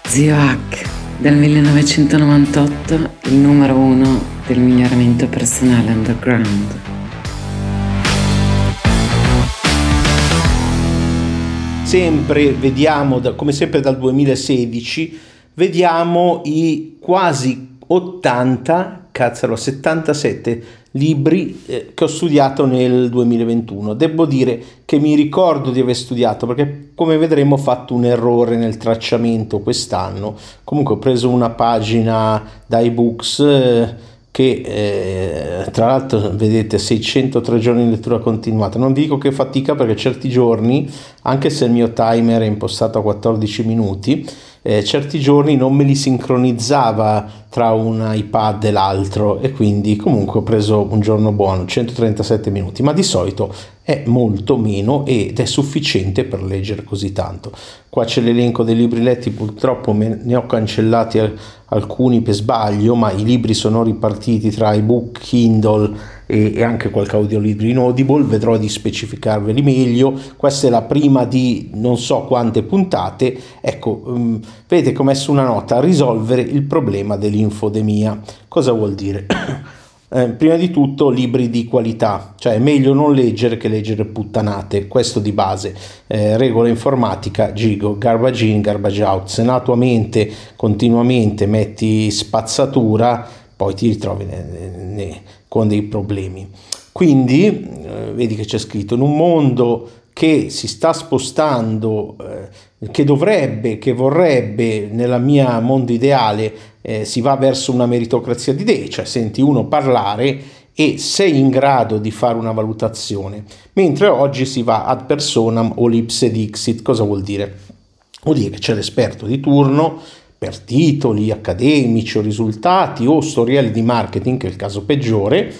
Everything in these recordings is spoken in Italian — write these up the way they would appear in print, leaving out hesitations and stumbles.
Zio Hack del 1998, il numero uno del miglioramento personale underground. Sempre vediamo, come sempre dal 2016, vediamo i quasi 77 libri che ho studiato nel 2021. Devo dire che mi ricordo di aver studiato, perché come vedremo ho fatto un errore nel tracciamento quest'anno. Comunque ho preso una pagina da iBooks che tra l'altro vedete 603 giorni di lettura continuata. Non vi dico che fatica, perché certi giorni, anche se il mio timer è impostato a 14 minuti, certi giorni non me li sincronizzava tra un iPad e l'altro, e quindi comunque ho preso un giorno buono, 137 minuti, ma di solito è molto meno ed è sufficiente per leggere così tanto. Qua c'è l'elenco dei libri letti, purtroppo ne ho cancellati alcuni per sbaglio, ma i libri sono ripartiti tra ebook, Kindle e anche qualche audiolibro in Audible. Vedrò di specificarveli meglio. Questa è la prima di non so quante puntate. Ecco, vedete che ho messo una nota: risolvere il problema dell'infodemia. Cosa vuol dire? Prima di tutto libri di qualità, cioè è meglio non leggere che leggere puttanate, questo di base. Regola informatica, Gigo, garbage in, garbage out. Se nella tua mente continuamente metti spazzatura, poi ti ritrovi con dei problemi. Quindi vedi che c'è scritto: in un mondo che si sta spostando, che vorrebbe, nella mia mondo ideale, si va verso una meritocrazia di idee, cioè senti uno parlare e sei in grado di fare una valutazione, mentre oggi si va ad personam o ipse dixit. Cosa vuol dire? Vuol dire che c'è l'esperto di turno per titoli accademici o risultati o storielle di marketing, che è il caso peggiore,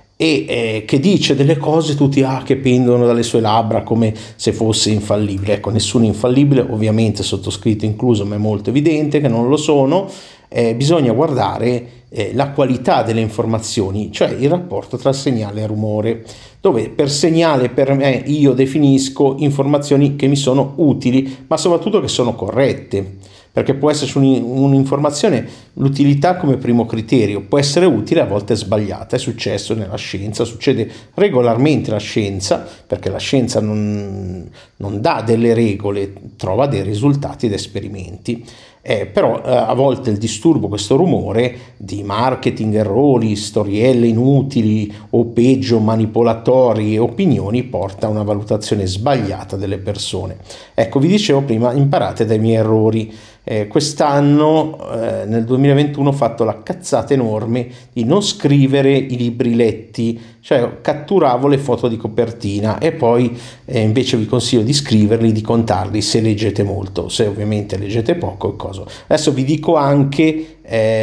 e che dice delle cose tutti che pendono dalle sue labbra come se fosse infallibile. Ecco, nessuno è infallibile, ovviamente sottoscritto incluso, ma è molto evidente che non lo sono. Bisogna guardare la qualità delle informazioni, cioè il rapporto tra segnale e rumore, dove per segnale, per me, io definisco informazioni che mi sono utili, ma soprattutto che sono corrette, perché può esserci un'informazione, l'utilità come primo criterio, può essere utile, a volte è sbagliata. È successo nella scienza, succede regolarmente nella scienza, perché la scienza non dà delle regole, trova dei risultati ed esperimenti. Però a volte il disturbo, questo rumore di marketing, errori, storielle inutili o peggio manipolatori e opinioni, porta a una valutazione sbagliata delle persone. Ecco, vi dicevo prima, imparate dai miei errori. Quest'anno, nel 2021, ho fatto la cazzata enorme di non scrivere i libri letti, cioè catturavo le foto di copertina e poi invece vi consiglio di scriverli, di contarli se leggete molto. Se ovviamente leggete poco, è cosa. Adesso vi dico anche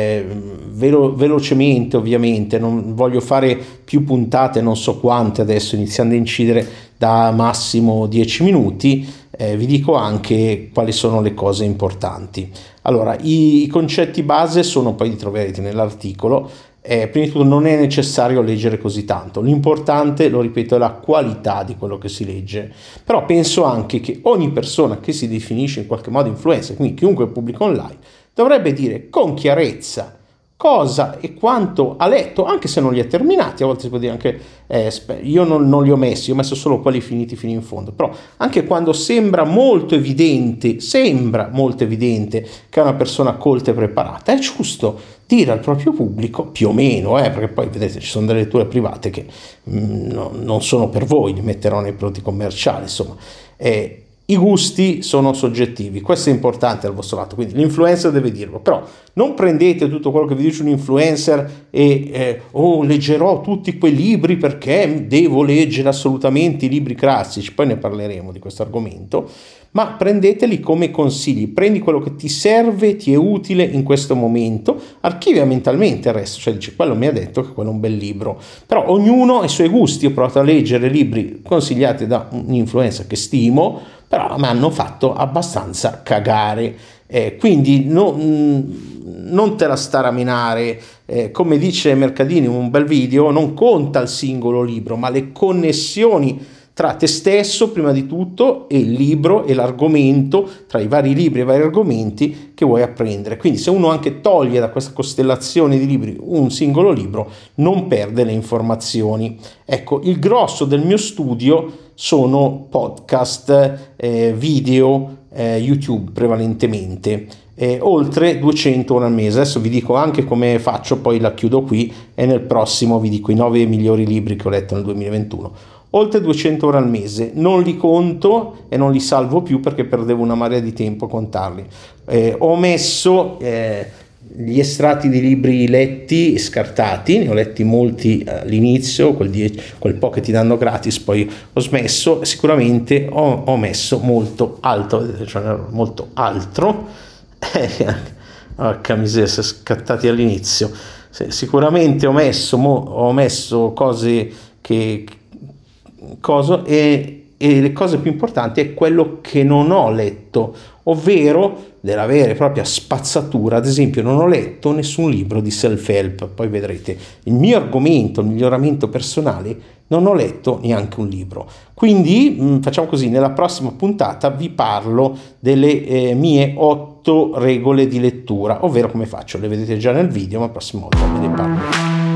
velocemente, ovviamente non voglio fare più puntate, non so quante adesso, iniziando a incidere da massimo 10 minuti. Vi dico anche quali sono le cose importanti. Allora, i concetti base sono, poi li troverete nell'articolo. Prima di tutto, non è necessario leggere così tanto, l'importante, lo ripeto, è la qualità di quello che si legge. Però penso anche che ogni persona che si definisce in qualche modo influencer, quindi chiunque pubblica online, dovrebbe dire con chiarezza cosa e quanto ha letto, anche se non li ha terminati. A volte si può dire anche io non li ho messi, ho messo solo quelli finiti fino in fondo. Però anche quando sembra molto evidente che è una persona colta e preparata, è giusto dire al proprio pubblico, più o meno, perché poi vedete ci sono delle letture private che non sono per voi, li metterò nei prodotti commerciali, insomma. I gusti sono soggettivi, questo è importante al vostro lato, quindi l'influencer deve dirlo. Però non prendete tutto quello che vi dice un influencer e leggerò tutti quei libri perché devo leggere assolutamente i libri classici, poi ne parleremo di questo argomento, ma prendeteli come consigli. Prendi quello che ti serve, ti è utile in questo momento, archivia mentalmente il resto, cioè dice quello mi ha detto che quello è un bel libro. Però ognuno ha i suoi gusti. Ho provato a leggere libri consigliati da un influencer che stimo, però mi hanno fatto abbastanza cagare, quindi non te la stare a menare. Come dice Mercadini in un bel video, non conta il singolo libro ma le connessioni tra te stesso prima di tutto e il libro e l'argomento, tra i vari libri e i vari argomenti che vuoi apprendere. Quindi se uno anche toglie da questa costellazione di libri un singolo libro, non perde le informazioni. Ecco, il grosso del mio studio sono podcast, video, YouTube prevalentemente, oltre 200 ore al mese. Adesso vi dico anche come faccio, poi la chiudo qui e nel prossimo vi dico i 9 migliori libri che ho letto nel 2021. Oltre 200 ore al mese, non li conto e non li salvo più perché perdevo una marea di tempo a contarli. Ho messo gli estratti di libri letti, scartati, ne ho letti molti all'inizio, quel po' che ti danno gratis, poi ho smesso. Sicuramente ho messo molto altro, cioè molto altro, porca miseria, si è scattati all'inizio. Sicuramente ho messo cose e le cose più importanti è quello che non ho letto, ovvero della vera e propria spazzatura. Ad esempio, non ho letto nessun libro di self-help, poi vedrete il mio argomento, il miglioramento personale, non ho letto neanche un libro. Quindi facciamo così, nella prossima puntata vi parlo delle mie 8 regole di lettura, ovvero come faccio, le vedete già nel video, ma la prossima volta ve ne parlo.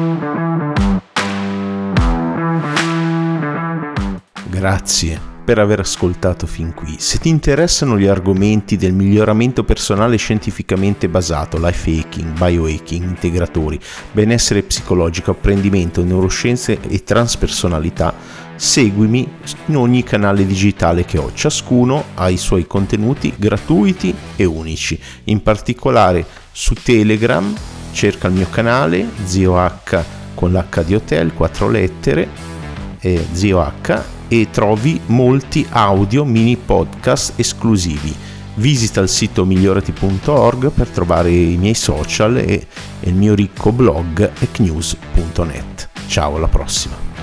Grazie per aver ascoltato fin qui. Se ti interessano gli argomenti del miglioramento personale scientificamente basato, life hacking, biohacking, integratori, benessere psicologico, apprendimento, neuroscienze e transpersonalità, seguimi in ogni canale digitale che ho. Ciascuno ha i suoi contenuti gratuiti e unici. In particolare su Telegram cerca il mio canale Zio H con l'H di hotel, 4 lettere, Zio H, e trovi molti audio mini podcast esclusivi. Visita il sito migliorati.org per trovare i miei social e il mio ricco blog ecnews.net. Ciao, alla prossima.